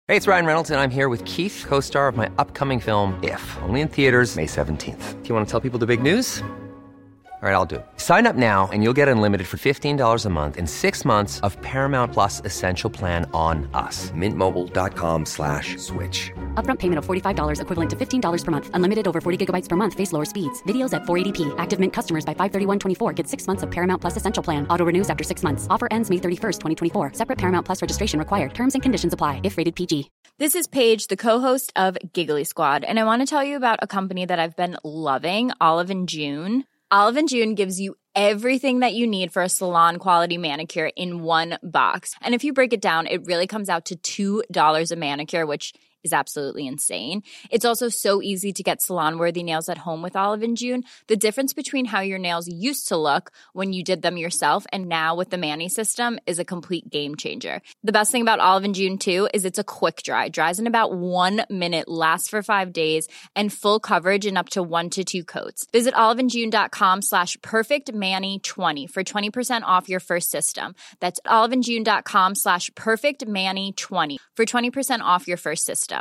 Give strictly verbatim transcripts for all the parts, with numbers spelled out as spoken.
Hey, it's Ryan Reynolds, and I'm here with Keith, co-star of my upcoming film, If, only in theaters May seventeenth. Do you want to tell people the big news? All right, I'll do it. Sign up now and you'll get unlimited for fifteen dollars a month and six months of Paramount Plus Essential Plan on us. Mint Mobile dot com slash switch. Upfront payment of forty-five dollars equivalent to fifteen dollars per month. Unlimited over forty gigabytes per month. Face lower speeds. Videos at four eighty p. Active Mint customers by five thirty-one twenty-four get six months of Paramount Plus Essential Plan. Auto renews after six months. Offer ends May thirty-first, twenty twenty-four. Separate Paramount Plus registration required. Terms and conditions apply if rated P G. This is Paige, the co-host of Giggly Squad, and I want to tell you about a company that I've been loving, Olive and June. Olive and June gives you everything that you need for a salon-quality manicure in one box. And if you break it down, it really comes out to two dollars a manicure, which is absolutely insane. It's also so easy to get salon-worthy nails at home with Olive and June. The difference between how your nails used to look when you did them yourself and now with the Mani system is a complete game changer. The best thing about Olive and June, too, is it's a quick dry. Dries in about one minute, lasts for five days, and full coverage in up to one to two coats. Visit oliveandjune.com slash perfectmani20 for twenty percent off your first system. That's oliveandjune.com slash perfectmani20 for twenty percent off your first system.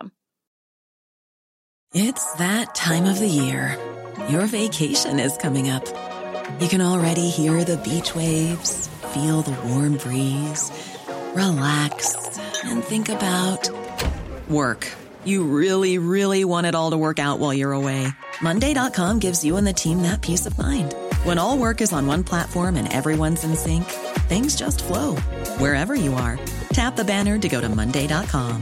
It's that time of the year. Your vacation is coming up. You can already hear the beach waves, feel the warm breeze, relax, and think about work. You really, really want it all to work out while you're away. Monday dot com gives you and the team that peace of mind. When all work is on one platform and everyone's in sync, things just flow. Wherever you are, tap the banner to go to monday dot com.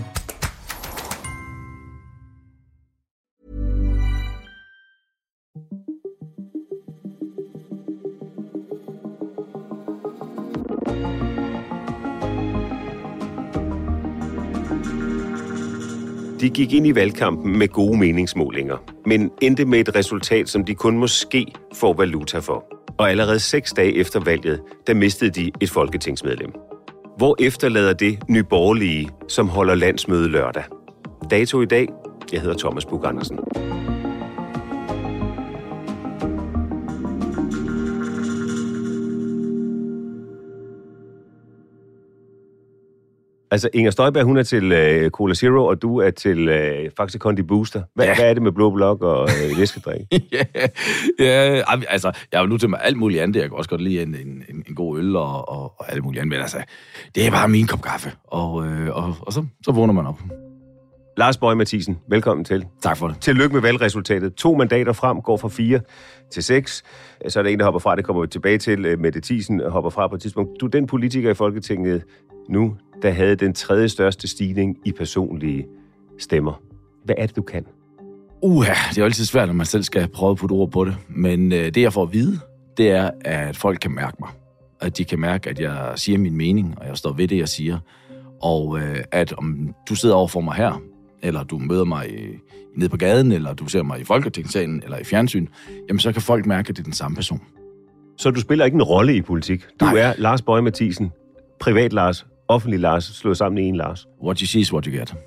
De gik ind i valgkampen med gode meningsmålinger, men endte med et resultat, som de kun måske får valuta for. Og allerede seks dage efter valget, der mistede de et folketingsmedlem. Hvor efterlader det Nye Borgerlige, som holder landsmøde lørdag? Dato i dag. Jeg hedder Thomas Buch-Andersen. Altså, Inger Støjberg, hun er til øh, Cola Zero, og du er til øh, Faxe Kondi Booster. Hvad, ja. hvad er det med Blå Blok og øh, væskedrik? ja, ja, altså, jeg er jo nu til mig alt muligt andet. Jeg kan også godt lide en, en, en god øl og, og, og alt muligt andet, men altså, det er bare min kop kaffe, og, øh, og, og så, så vågner man op. Lars Boje Mathiesen, velkommen til. Tak for det. Tillykke med valgresultatet. To mandater frem, går fra fire til seks. Så er der en, der hopper fra, det kommer vi tilbage til. Mette Thiesen hopper fra på et tidspunkt. Du er den politiker i Folketinget nu, der havde den tredje største stigning i personlige stemmer. Hvad er det, du kan? Uha, det er jo altid svært, når man selv skal prøve at putte ord på det. Men øh, det, jeg får at vide, det er, at folk kan mærke mig. At de kan mærke, at jeg siger min mening, og jeg står ved det, jeg siger. Og øh, at om du sidder over for mig her, eller du møder mig i, nede på gaden, eller du ser mig i Folketingssalen, eller i fjernsyn, jamen så kan folk mærke, at det er den samme person. Så du spiller ikke en rolle i politik? Du Nej. er Lars Boje Mathiesen, privat Lars, offentlig Lars, slået sammen i en Lars. What you see is what you get.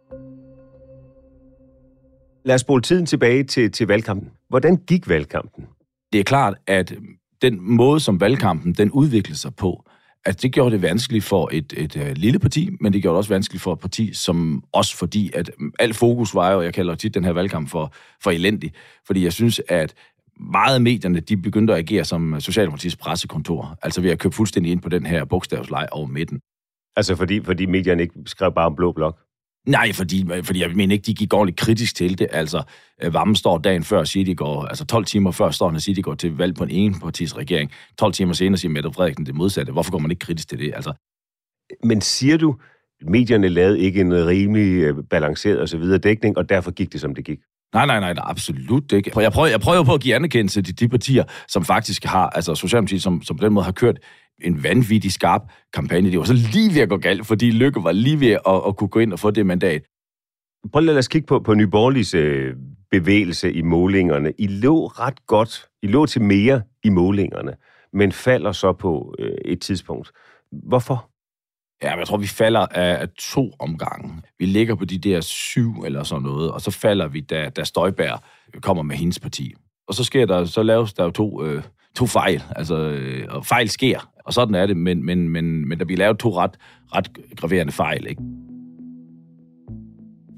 Lad os spole tiden tilbage til, til valgkampen. Hvordan gik valgkampen? Det er klart, at den måde, som valgkampen den udviklede sig på, at det gjorde det vanskeligt for et, et, et lille parti, men det gjorde det også vanskeligt for et parti, som også fordi, at al fokus var jo, og jeg kalder tit den her valgkamp for, for elendig, fordi jeg synes, at meget af medierne, de begyndte at agere som Socialdemokratiets pressekontor, altså ved at købe fuldstændig ind på den her bogstavsleg over midten. Altså fordi, fordi medierne ikke skrev bare om Blå Blok? Nej, fordi, fordi jeg mener ikke, de gik ordentligt kritisk til det. Altså, Vammen står dagen før, siger de går, altså tolv timer før står han og siger, de går til valg på en enpartis regering. tolv timer senere siger Mette Frederiksen det modsatte. Hvorfor går man ikke kritisk til det? Altså. Men siger du, medierne lavede ikke en rimelig balanceret og så videre dækning, og derfor gik det, som det gik? Nej, nej, nej, absolut ikke. Jeg prøver, jeg prøver på at give anerkendelse til de partier, som faktisk har, altså Socialdemokratiet, som, som på den måde har kørt en vanvittig skarp kampagne. Det var så lige ved at gå galt, fordi Løkke var lige ved at, at kunne gå ind og få det mandat. Prøv at lade os kigge på, på Nye Borgerliges øh, bevægelse i målingerne. I lå ret godt. I lå til mere i målingerne, men falder så på øh, et tidspunkt. Hvorfor? Ja, jeg tror, vi falder af, af to omgange. Vi ligger på de der syv eller sådan noget, og så falder vi, da, da Støjberg kommer med hendes parti. Og så sker der, så laves der jo to, øh, to fejl, altså, øh, og fejl sker, og sådan er det, men, men, men, men der bliver lavet to ret, ret graverende fejl, ikke?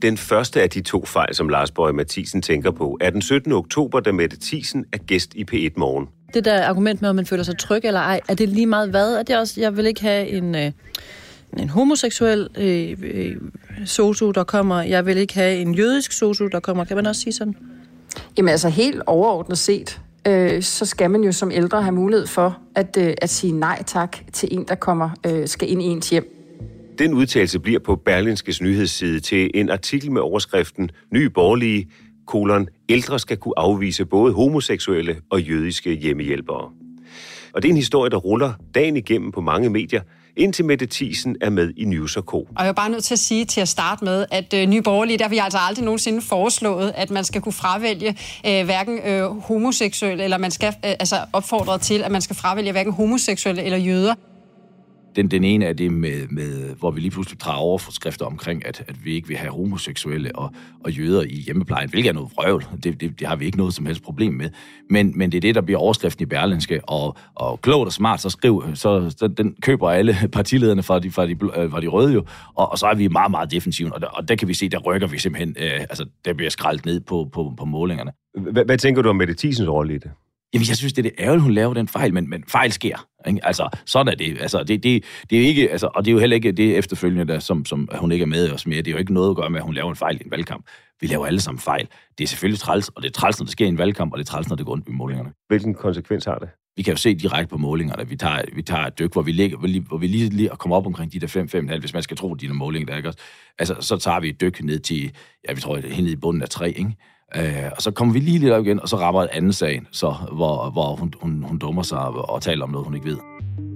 Den første af de to fejl, som Lars Boje Mathiesen tænker på, er den syttende oktober, da Mette Thiesen er gæst i P et Morgen. Det der argument med, om man føler sig tryg eller ej, er det lige meget hvad? Er det også, jeg vil ikke have en, øh, en homoseksuel øh, øh, sosu, der kommer. Jeg vil ikke have en jødisk sosu, der kommer. Kan man også sige sådan? Jamen altså helt overordnet set, øh, så skal man jo som ældre have mulighed for at, øh, at sige nej tak til en, der kommer, øh, skal ind i ens hjem. Den udtalelse bliver på Berlingskes nyhedsside til en artikel med overskriften Nye Borgerlige, kolon, ældre skal kunne afvise både homoseksuelle og jødiske hjemmehjælpere. Og det er en historie, der ruller dagen igennem på mange medier, indtil Mette Thiesen er med i News og Co. Og jeg er bare nødt til at sige til at starte med, at øh, Nye Borgerlige, der har vi altså aldrig nogensinde foreslået, at man skal kunne fravælge øh, hverken øh, homoseksuelle, eller man skal øh, altså opfordret til, at man skal fravælge hverken homoseksuelle eller jøder. Den, den ene er det, med, med, hvor vi lige pludselig træder overskrifter omkring, at, at vi ikke vil have homoseksuelle og, og jøder i hjemmeplejen, hvilket er noget vrøvl. Det, det, det har vi ikke noget som helst problem med. Men, men det er det, der bliver overskriften i Berlingske, og, og klogt og smart, så skriv, så, så den køber alle partilederne fra de, fra de, fra de røde jo, og, og så er vi meget, meget defensive, og der, og der kan vi se, der rykker vi simpelthen, øh, altså der bliver skrællet ned på, på, på målingerne. Hvad, hvad tænker du om Mette Thiesens rolle i det? Jamen, jeg synes, det er det ærgerligt, hun laver den fejl, men, men fejl sker. Ikke? Altså, sådan er det. Altså, det, det, det er ikke, altså, og det er jo heller ikke det efterfølgende, der, som, som hun ikke er med os mere. Det er jo ikke noget at gøre med, at hun laver en fejl i en valgkamp. Vi laver alle sammen fejl. Det er selvfølgelig træls, og det er træls, når det sker i en valgkamp, og det er træls, når det går ondt ved målingerne. Hvilken konsekvens har det? Vi kan jo se direkte på målingerne. Vi tager, vi tager et dyk, hvor vi, ligger, hvor vi lige, lige kommer op omkring de der fem til fem komma fem, hvis man skal tro de der målinger, der ikke også. Altså, så tager vi et dyk ned til, ja, vi tror, det er helt ned i bunden af tre, ikke? Uh, og så kommer vi lige lidt op igen, og så rammer et andet sagen, så, hvor, hvor hun, hun, hun dummer sig og, og taler om noget, hun ikke ved.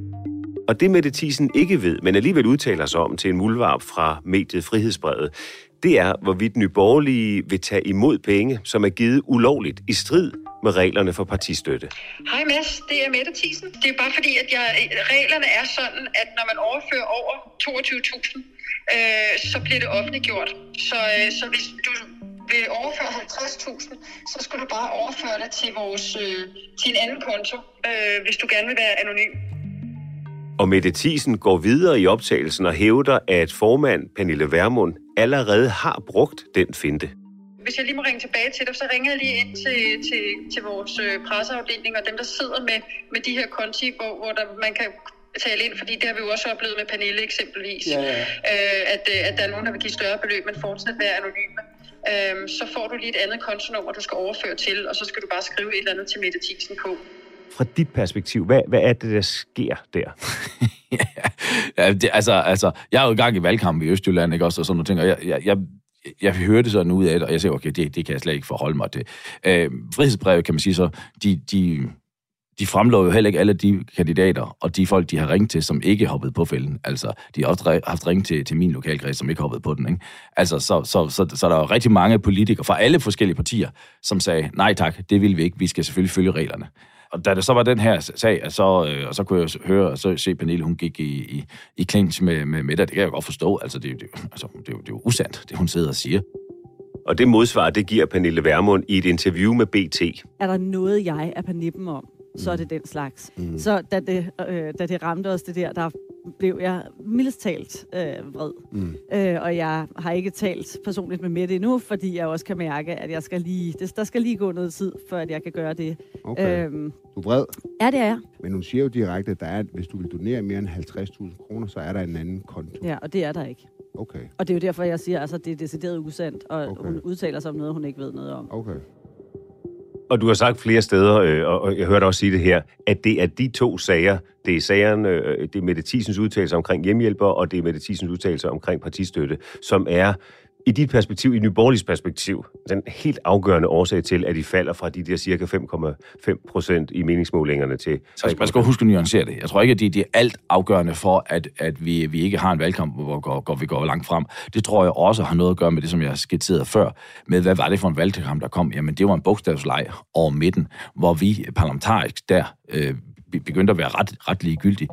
Og det Mette Thiesen ikke ved, men alligevel udtaler sig om til en muldvarp fra mediet Frihedsbrevet, det er, hvorvidt Nye Borgerlige vil tage imod penge, som er givet ulovligt i strid med reglerne for partistøtte. Hej Mads, det er Mette Thiesen. Det er bare fordi, at jeg, reglerne er sådan, at når man overfører over toogtyve tusind, øh, så bliver det offentliggjort. Så, øh, så hvis du vil overføre halvtreds tusind, så skal du bare overføre det til, vores, øh, til en anden konto, øh, hvis du gerne vil være anonym. Og Mette Thiesen går videre i optagelsen og hævder, at formand Pernille Vermund allerede har brugt den finte. Hvis jeg lige må ringe tilbage til dig, så ringer jeg lige ind til, til, til vores øh, presseafdeling og dem, der sidder med, med de her konti, hvor, hvor der, man kan tale ind, fordi det har vi jo også oplevet med Pernille eksempelvis, ja, ja. Øh, at, at der er nogen, der vil give større beløb, men fortsat være anonyme. Øh, så får du lige et andet kontonummer, du skal overføre til, og så skal du bare skrive et eller andet til Mette Thiesen på. Fra dit perspektiv, hvad, hvad er det, der sker der? ja, det, altså, altså, jeg er jo i gang i valgkamp i Østjylland, ikke også, og sådan nogle ting, og jeg, jeg, jeg, jeg hørte sådan ud af det, og jeg siger, okay, det, det kan jeg slet ikke forholde mig til. Øh, Frihedsbrevet, kan man sige så, de, de, de fremlår jo heller ikke alle de kandidater, og de folk, de har ringet til, som ikke hoppede på fælden. Altså, de har også haft ringet til, til min lokalkreds, som ikke hoppede på den, ikke? Altså, så, så, så, så der er jo rigtig mange politikere fra alle forskellige partier, som sagde, nej tak, det vil vi ikke, vi skal selvfølgelig følge reglerne. Og da det så var den her sag, så, øh, og så kunne jeg høre, og så se Pernille, hun gik i, i, i clinch med, med, med det. Det kan jeg godt forstå. Altså, det, det, altså, det, det, det er jo usandt, det hun sidder og siger. Og det modsvar, det giver Pernille Vermund i et interview med B T. Er der noget, jeg er på nippen om, så er det den slags. Mm. Så da det, øh, da det ramte os det der, der blev jeg mildest talt øh, vred. Mm. Øh, og jeg har ikke talt personligt med Mette endnu, fordi jeg også kan mærke, at jeg skal lige, det, der skal lige gå noget tid, før at jeg kan gøre det. Okay. Øhm, du er vred? Ja, det er jeg. Men hun siger jo direkte, at der er, hvis du vil donere mere end halvtreds tusind kroner, så er der en anden konto. Ja, og det er der ikke. Okay. Og det er jo derfor, jeg siger, at altså, det er decideret usandt, og okay. Hun udtaler sig om noget, hun ikke ved noget om. Okay. Og du har sagt flere steder, øh, og jeg hørte også sige det her, at det er de to sager, det er sagerne, øh, det er Mette Thiesens udtalelser omkring hjemmehjælper, og det er Mette Thiesens udtalelser omkring partistøtte, som er i dit perspektiv, i Nye Borgerliges perspektiv, den helt afgørende årsag til, at de falder fra de der cirka fem komma fem procent i meningsmålingerne til tre. Man skal huske at nuancere det. Jeg tror ikke, at det, det er alt afgørende for, at, at vi, vi ikke har en valgkamp, hvor går, går, vi går langt frem. Det tror jeg også har noget at gøre med det, som jeg skitserede før, med hvad var det for en valgkamp, der kom? Jamen, det var en bogstavsleg over midten, hvor vi parlamentarisk der øh, begyndte at være ret, ret ligegyldige.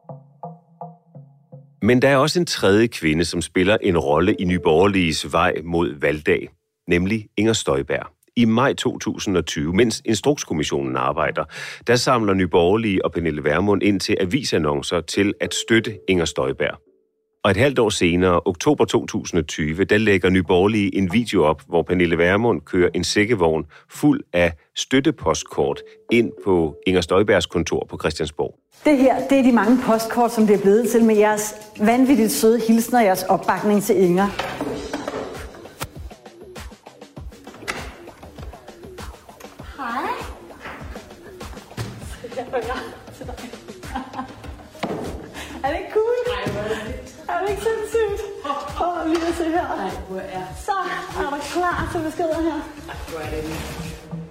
Men der er også en tredje kvinde, som spiller en rolle i Nye Borgerliges vej mod valgdag, nemlig Inger Støjberg. I maj to tusind og tyve, mens Instrukskommissionen arbejder, der samler Nye Borgerlige og Pernille Vermund ind til avisannoncer til at støtte Inger Støjberg. Og et halvt år senere, oktober to tusind og tyve, der lægger Nye Borgerlige en video op, hvor Pernille Vermund kører en sækkevogn fuld af støttepostkort ind på Inger Støjbergs kontor på Christiansborg. Det her, det er de mange postkort, som det er blevet til med jeres vanvittigt søde hilsner og jeres opbakning til Inger. Hej. Er det ikke cool? Nej, hvor er det vildt. Er det ikke sindssygt? Åh, lige at se her. Nej, hvor er Så er du klar til beskeder her. Nej, hvor er det vildt.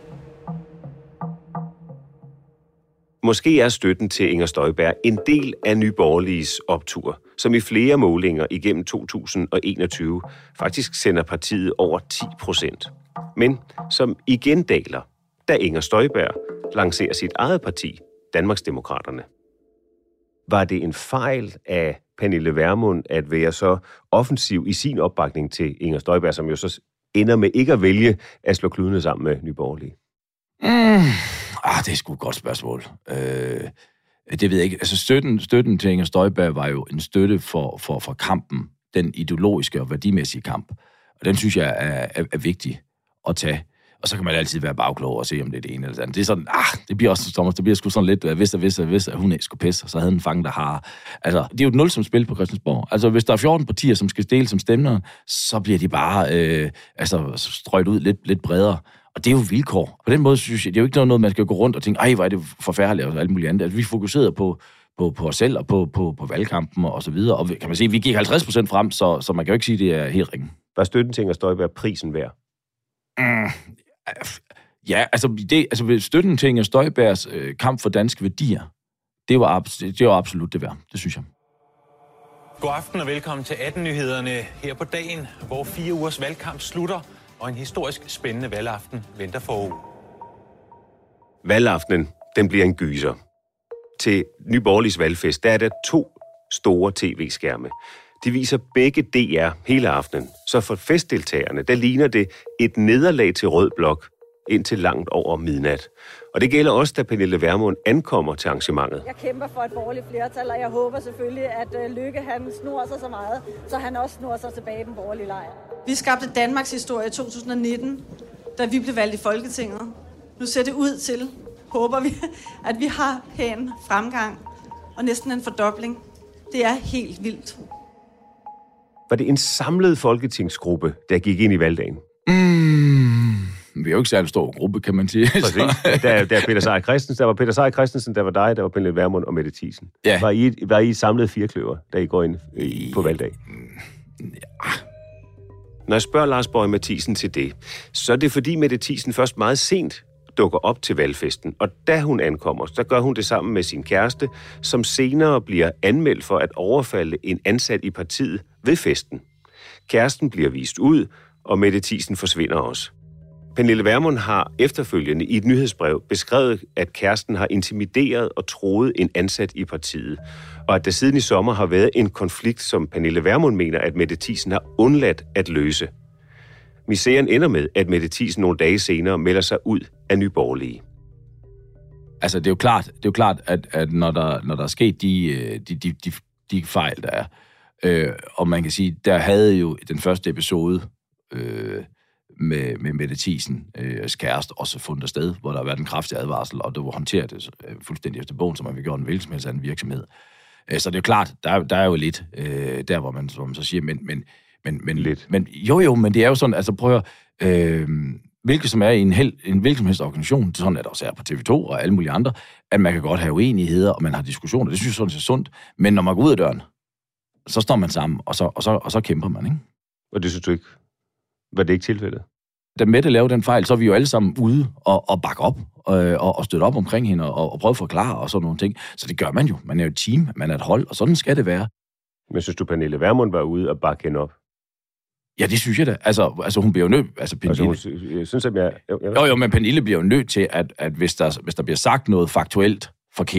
Måske er støtten til Inger Støjberg en del af Nye Borgerliges optur, som i flere målinger igennem to tusind og enogtyve faktisk sender partiet over ti procent. Men som igen daler, da Inger Støjberg lancerer sit eget parti, Danmarksdemokraterne. Var det en fejl af Pernille Vermund at være så offensiv i sin opbakning til Inger Støjberg, som jo så ender med ikke at vælge at slå kludene sammen med Nye Borgerlige? Mm. Ah, det er sgu et godt spørgsmål. Øh, det ved jeg ikke. Altså, støtten, støtten til Inger Støjberg var jo en støtte for, for, for kampen, den ideologiske og værdimæssige kamp. Og den synes jeg er, er, er vigtig at tage. Og så kan man altid være bagklog og se, om det er det ene eller det andet. Det er sådan, ah, det bliver også, Thomas, det bliver sgu sådan lidt, hvis og hvis og hvis, at hun ikke skulle pisse, så havde den fanget, der har. Altså, det er jo et nul som spil på Christiansborg. Altså, hvis der er fjorten partier, som skal dele som stemmer, så bliver de bare øh, altså, strøget ud lidt, lidt bredere. Og det er jo vilkår. På den måde synes jeg, det er jo ikke noget, man skal gå rundt og tænke, ej, hvor er det forfærdeligt og alt muligt andet. Altså, vi fokuserede på, på, på os selv og på, på, på valgkampen og så videre. Og kan man sige, vi gik halvtreds procent frem, så, så man kan jo ikke sige, at det er helt ringe. Var støtten til Inger Støjberg prisen værd? Mm, ja, altså, det, altså støtten til Inger Støjbergs øh, kamp for danske værdier, det var, det var absolut det værd. Det synes jeg. God aften og velkommen til atten-nyhederne her på dagen, hvor fire ugers valgkamp slutter, og en historisk spændende valgaften venter forud. Valgaftenen, den bliver en gyser. Til Nye Borgerliges valgfest, der er der to store tv-skærme. De viser begge D R hele aftenen. Så for festdeltagerne, der ligner det et nederlag til rød blok indtil langt over midnat. Og det gælder også, da Pernille Vermund ankommer til arrangementet. Jeg kæmper for et borgerligt flertal, og jeg håber selvfølgelig, at uh, Lykke han snor sig så meget, så han også snor sig tilbage i den borgerlige lejr. Vi skabte Danmarks historie i to tusind og nitten, da vi blev valgt i Folketinget. Nu ser det ud til, håber vi, at vi har pæn fremgang og næsten en fordobling. Det er helt vildt. Var det en samlet folketingsgruppe, der gik ind i valgdagen? Mm, vi er jo ikke særlig stor gruppe, kan man sige. Præcis. Der, der, Peter Seier Christensen, der var Peter Seier Christensen, der var dig, der var Pernille Vermund og Mette Thiesen. Ja. Var I, var I samlet firekløver, da I går ind i, på valgdag? Ja. Når jeg spørger Lars Boje Mathiesen til det, så er det fordi Mette Thiesen først meget sent dukker op til valgfesten. Og da hun ankommer, så gør hun det sammen med sin kæreste, som senere bliver anmeldt for at overfalde en ansat i partiet ved festen. Kæresten bliver vist ud, og Mette Thiesen forsvinder også. Pernille Vermund har efterfølgende i et nyhedsbrev beskrevet, at kæresten har intimideret og troet en ansat i partiet, og at der siden i sommer har været en konflikt, som Pernille Vermund mener, at Mette Thiesen har undladt at løse. Misæren ender med, at Mette Thiesen nogle dage senere melder sig ud af Nye Borgerlige. Altså, det er jo klart, det er jo klart at, at når, der, når der er sket de, de, de, de, de fejl, der er, øh, og man kan sige, der havde jo den første episode øh, med, med Mette Thiesens øh, kæreste også fundet sted, hvor der har været en kraftig advarsel, og det var håndteret øh, fuldstændig efter bogen, som man vil gøre en hvilken som helst anden virksomhed. Øh, så det er jo klart, der, der er jo lidt øh, der, hvor man, hvor man så siger, men, men, men, men, lidt. men jo jo, men det er jo sådan, altså prøv at øh, hvilket som er i en, hel, en hvilken som helst organisation, sådan er der også her på T V to og alle mulige andre, at man kan godt have uenigheder, og man har diskussioner, det synes jeg sådan er sundt, men når man går ud af døren, så står man sammen, og så, og så, og så kæmper man, ikke? Og det synes du ikke? Var det ikke tilfældet? Da Mette lavede den fejl, så er vi jo alle sammen ude og, og bakke op, og, og støtte op omkring hende, og, og prøve at forklare og sådan nogle ting. Så det gør man jo. Man er jo et team, man er et hold, og sådan skal det være. Men synes du, Pernille Vermund var ude og bakke hende op? Ja, det synes jeg da. Altså, altså hun bliver jo nødt... Altså, Pernille... altså hun, jeg synes, at jeg... jeg, jeg jo, jo, men Pernille bliver jo nødt til, at, at hvis, der, hvis der bliver sagt noget faktuelt forkert,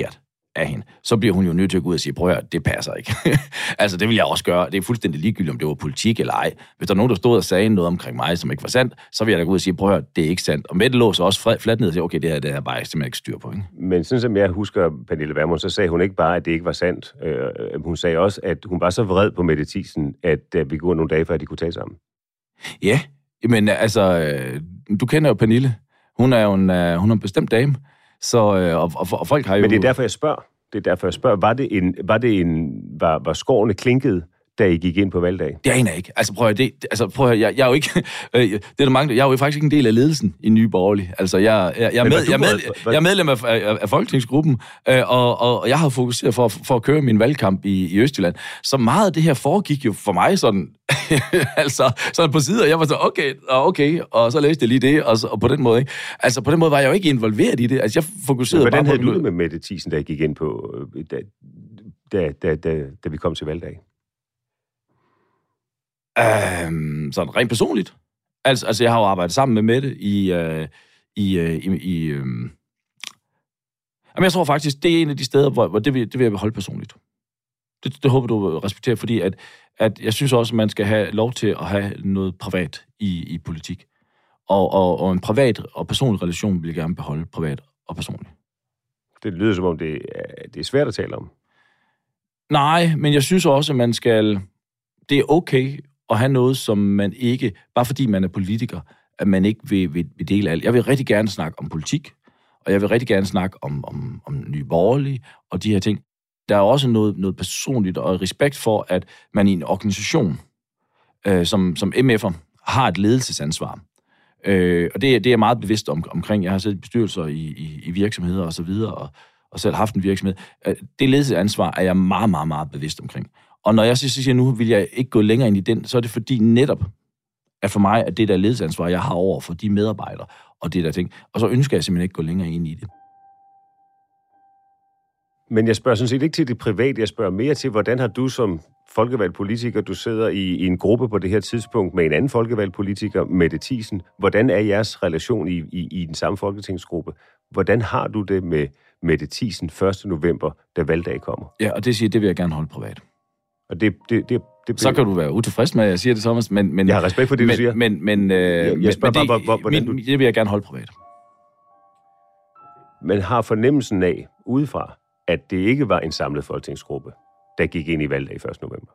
af hende, så bliver hun jo nødt til at gå ud og sige, prøv at høre, det passer ikke. Altså, det vil jeg også gøre. Det er fuldstændig ligegyldigt, om det var politik eller ej. Hvis der er nogen, der stod og sagde noget omkring mig, som ikke var sandt, så vil jeg da gå ud og sige, prøv at høre, det er ikke sandt. Og Mette lå så også fladt ned og sige, okay, det her, det her bare simpelthen ikke styr på. Ikke? Men sådan som jeg husker Pernille Vermund, så sagde hun ikke bare, at det ikke var sandt. Øh, hun sagde også, at hun var så vred på Mette Thiesen, at øh, vi går nogle dage før, at de kunne tale sammen. Ja, men altså, øh, du kender jo Pernille. Hun er jo en, øh, hun er en bestemt dame, så, øh, og, og, og folk har jo... Men det er derfor, jeg spørger. Det er derfor, jeg spørger. Var det en... Var, det en, var, var skårene klinket, da I gik ind på valgdag? Det aner jeg ikke. Altså prøv at det, altså prøv at jeg, jeg er jo ikke øh, det er der mange, jeg er jo faktisk ikke en del af ledelsen i Nye Borgerlige. Altså jeg jeg, jeg, er, med, jeg, er, med, jeg er medlem af, af, af folketingsgruppen, øh, og, og jeg har fokuseret for, for at køre min valgkamp i, i Østjylland. Så meget af det her foregik jo for mig sådan altså sådan på siden, og jeg var så okay, okay, og så læste jeg lige det, og, så, og på den måde, ikke? Altså på den måde var jeg jo ikke involveret i det. Altså jeg fokuserede hvordan bare på... Hvordan havde du det med Mette Thiesen, da I gik ind på, da, da, da, da, da vi kom til valgdag? Øhm, sådan rent personligt. Altså, altså, jeg har jo arbejdet sammen med Mette i... Øh, i, øh, i, i øh... Jamen, jeg tror faktisk, det er en af de steder, hvor, hvor det, vil, det vil jeg holde personligt. Det, det håber du respekterer, fordi at, at jeg synes også, at man skal have lov til at have noget privat i, i politik. Og, og, og en privat og personlig relation vil jeg gerne beholde privat og personligt. Det lyder som om, det er, det er svært at tale om. Nej, men jeg synes også, at man skal... Det er okay at have noget, som man ikke... Bare fordi man er politiker, at man ikke vil, vil, vil dele alt. Jeg vil rigtig gerne snakke om politik, og jeg vil rigtig gerne snakke om, om, om Nye Borgerlige og de her ting. Der er også noget, noget personligt og respekt for, at man i en organisation, øh, som, som M F'er, har et ledelsesansvar. Øh, og det, det er jeg meget bevidst om, omkring. Jeg har siddet i bestyrelser i, i, i virksomheder og så videre, og, og selv haft en virksomhed. Det ledelsesansvar er jeg meget, meget, meget bevidst omkring. Og når jeg så siger, nu vil jeg ikke gå længere ind i den, så er det fordi netop, at for mig, at det der ledelsesansvar, jeg har over for de medarbejdere og det der ting. Og så ønsker jeg simpelthen ikke gå længere ind i det. Men jeg spørger sådan set ikke til det private, jeg spørger mere til, hvordan har du som folkevalgt politiker, du sidder i, i en gruppe på det her tidspunkt med en anden folkevalgt politiker, Mette Thiesen. Hvordan er jeres relation i, i, i den samme folketingsgruppe? Hvordan har du det med Mette Thiesen første november, da valgdag kommer? Ja, og det siger, det vil jeg gerne holde privat. Og det, det, det, det så kan du være utilfreds med, at jeg siger det, Thomas, men... men jeg har respekt for det, men, du siger. Men, men, øh, jeg, jeg spørger men, bare, det, hvor, hvordan men, du... det vil jeg gerne holde privat. Man har fornemmelsen af, udefra, at det ikke var en samlet folketingsgruppe, der gik ind i valgdag første november.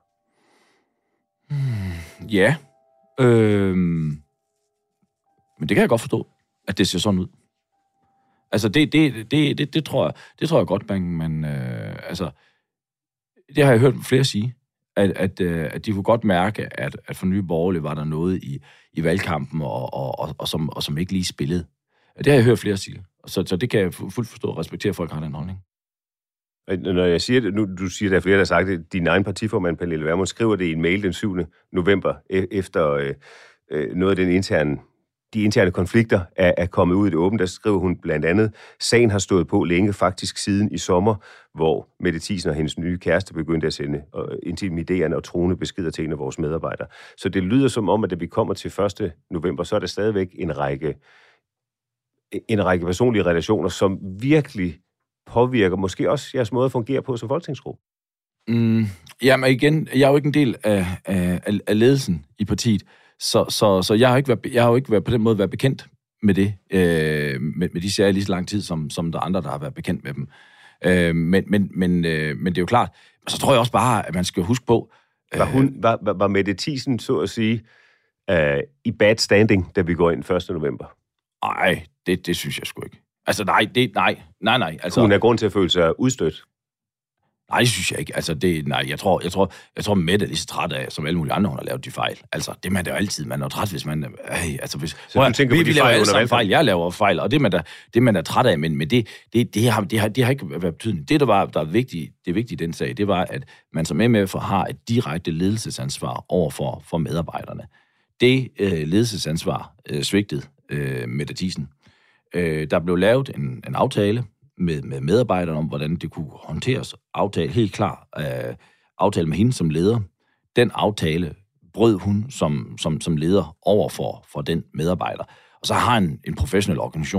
Hmm, ja. Øh, men det kan jeg godt forstå, at det ser sådan ud. Altså, det, det, det, det, det, tror, jeg, det tror jeg godt, man... man øh, altså, det har jeg hørt flere sige, at, at, at de kunne godt mærke, at, at for Nye Borgerlige var der noget i, i valgkampen, og, og, og, og, som, og som ikke lige spillede. Det har jeg hørt flere sige. Så, så det kan jeg fuldt forstå og respektere, at folk har den holdning. Når jeg siger det, nu du siger, der er flere, der har sagt det, din egen partiformand, Pernille Vermund, skriver det i en mail den syvende november, efter øh, øh, noget af den interne, de interne konflikter er, er kommet ud i det åbne. Der skriver hun blandt andet, sagen har stået på længe, faktisk siden i sommer, hvor Mette Thiesen og hendes nye kæreste begyndte at sende øh, intimiderende og truende beskeder til en af vores medarbejdere. Så det lyder som om, at da vi kommer til første november, så er der stadigvæk en række, en række personlige relationer, som virkelig påvirker måske også jeres måde at fungere på som folketingsgruppe. Mm, jamen igen, jeg er jo ikke en del af, af, af ledelsen i partiet, så, så, så jeg har ikke været, jeg har jo ikke været på den måde været bekendt med det, øh, med, med de sager lige så lang tid, som, som der er andre, der har været bekendt med dem. Øh, men, men, men, øh, men det er jo klart, så tror jeg også bare, at man skal huske på... Øh, var, hun, var, var, var Mette Thiesen, så at sige, øh, i bad standing, da vi går ind første november? Nej, det, det synes jeg sgu ikke. Altså nej, det, nej, nej, nej. Altså, hun har grund til at føle sig udstødt? Nej, det synes jeg ikke. Altså, det, nej, jeg tror, jeg tror, jeg tror Mette er lige så træt af, som alle mulige andre, hun har lavet de fejl. Altså, det man er jo altid, man er jo træt, hvis man... Øh, altså, hvis, så du tænker vi, på de vi laver fejl, alle sammen fejl, jeg laver fejl, og det man er, det man er træt af, men, men det, det, det, har, det, har, det har ikke været betydende. Det, der var der er vigtigt, det vigtige i den sag, det var, at man som M F'er har et direkte ledelsesansvar over for, for medarbejderne. Det øh, ledelsesansvar øh, svigtede øh, Mette Thiesen. Øh, der blev lavet en, en aftale med, med medarbejderne om, hvordan det kunne håndteres. Aftale, helt klar, øh, aftale med hende som leder. Den aftale brød hun som, som, som leder over for, for den medarbejder. Og så har en, en professionel organisation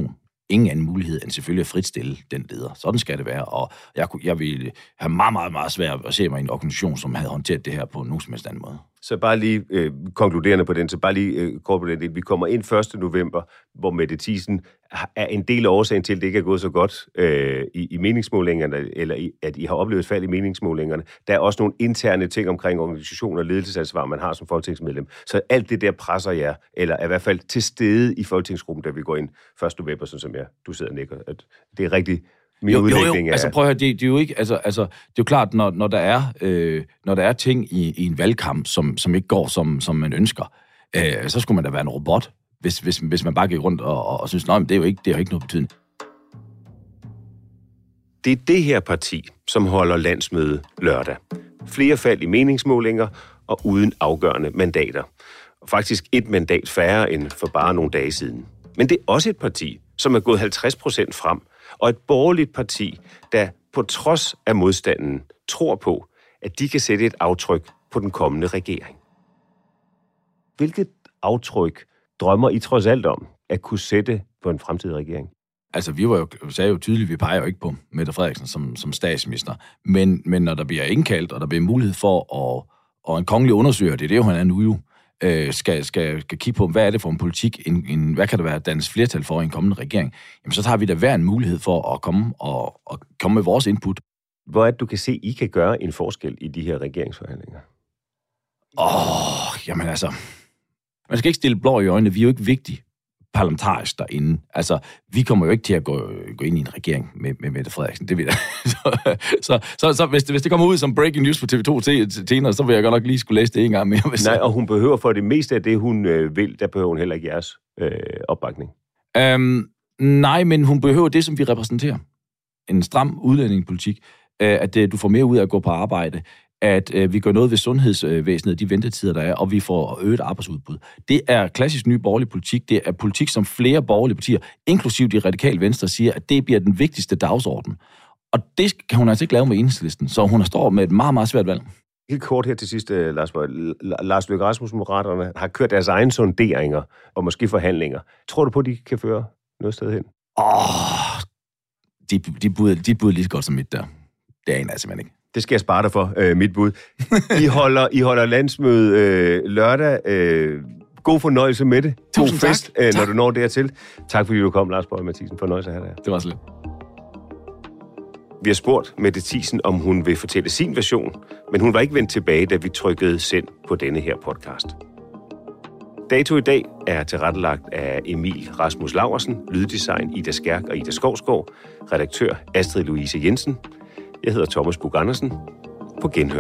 ingen anden mulighed end selvfølgelig at fritstille den leder. Sådan skal det være, og jeg, jeg vil have meget, meget, meget svært at se mig i en organisation, som havde håndteret det her på nogen som helst anden måde. Så bare lige øh, konkluderende på den, så bare lige øh, kort på den. Vi kommer ind første november, hvor Mette Thiesen er en del af årsagen til, at det ikke er gået så godt øh, i, i meningsmålingerne, eller i, at I har oplevet et fald i meningsmålingerne. Der er også nogle interne ting omkring organisation og ledelsesansvar, man har som folketingsmedlem. Så alt det der presser jer, eller er i hvert fald til stede i folketingsgruppen, da vi går ind første november, sådan som jeg, du sidder og nikker. At det er rigtig... Min jo, udlægning jo, jo. er... Altså prøv at høre, det, det er jo ikke... Altså, altså, det er jo klart, når, når, der, er, øh, når der er ting i, i en valgkamp, som, som ikke går, som, som man ønsker, øh, så skulle man da være en robot, hvis, hvis, hvis man bare gik rundt og, og, og synes, nej, men det er jo ikke, det er jo ikke noget betydning. Det er det her parti, som holder landsmøde lørdag. Flere fald i meningsmålinger og uden afgørende mandater. Og faktisk et mandat færre end for bare nogle dage siden. Men det er også et parti, som er gået halvtreds procent frem, og et borgerligt parti, der på trods af modstanden tror på, at de kan sætte et aftryk på den kommende regering. Hvilket aftryk drømmer I trods alt om at kunne sætte på en fremtidig regering? Altså, vi var jo, sagde jo tydeligt, at vi peger jo ikke på Mette Frederiksen som, som statsminister. Men, men når der bliver indkaldt, og der bliver mulighed for at, og en kongelig undersøger, det er det jo, han er nu jo, øh, skal, skal, skal kigge på, hvad er det for en politik, en, en, hvad kan der være dansk flertal for i en kommende regering, jamen så tager vi da hver en mulighed for at komme, og, og komme med vores input. Hvor er det, du kan se, I kan gøre en forskel i de her regeringsforhandlinger? Åh, oh, jamen altså, man skal ikke stille blå i øjnene, vi er jo ikke vigtige parlamentarisk derinde. Altså, vi kommer jo ikke til at gå, gå ind i en regering med, med Mette Frederiksen, det ved jeg. så så, så, så hvis, det, hvis det kommer ud som breaking news på T V to senere, så vil jeg godt nok lige skulle læse det en gang mere. Nej, og hun behøver for det meste af det, hun øh, vil, der behøver hun heller ikke jeres øh, opbakning. Um, nej, men hun behøver det, som vi repræsenterer. En stram udlændingepolitik, øh, at øh, du får mere ud af at gå på arbejde, at øh, vi gør noget ved sundhedsvæsenet, de ventetider, der er, og vi får øget arbejdsudbud. Det er klassisk ny borgerlig politik. Det er politik, som flere borgerlige partier, inklusiv de radikale venstre, siger, at det bliver den vigtigste dagsorden. Og det kan hun altså ikke lave med Enhedslisten, så hun står med et meget, meget svært valg. Helt kort her til sidst, Lars, Lars Løkke Rasmussen, Moderaterne, har kørt deres egne sonderinger og måske forhandlinger. Tror du på, at de kan føre noget sted hen? Åh, oh, de, de, bud, de bud lige så godt som mit der. Det er en altså simpelthen ikke. Det skal jeg spare dig for, øh, mit bud. I holder, I holder landsmøde øh, lørdag. Øh, god fornøjelse med det. God Tusind fest, tak. Øh, tak. når du når dertil. Tak fordi du kom, Lars Boje Mathiesen. Fornøjelse at have dig. Det var så lidt. Vi har spurgt Mette Thiesen, om hun vil fortælle sin version, men hun var ikke vendt tilbage, da vi trykkede send på denne her podcast. Dato i dag er tilrettelagt af Emil Rasmus Laursen, lyddesign Ida Skærk og Ida Skovsgaard, redaktør Astrid Louise Jensen. Jeg hedder Thomas Bug Andersen. På genhør.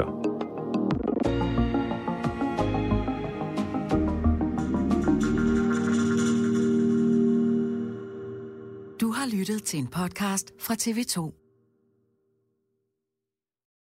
Du har lyttet til en podcast fra T V to.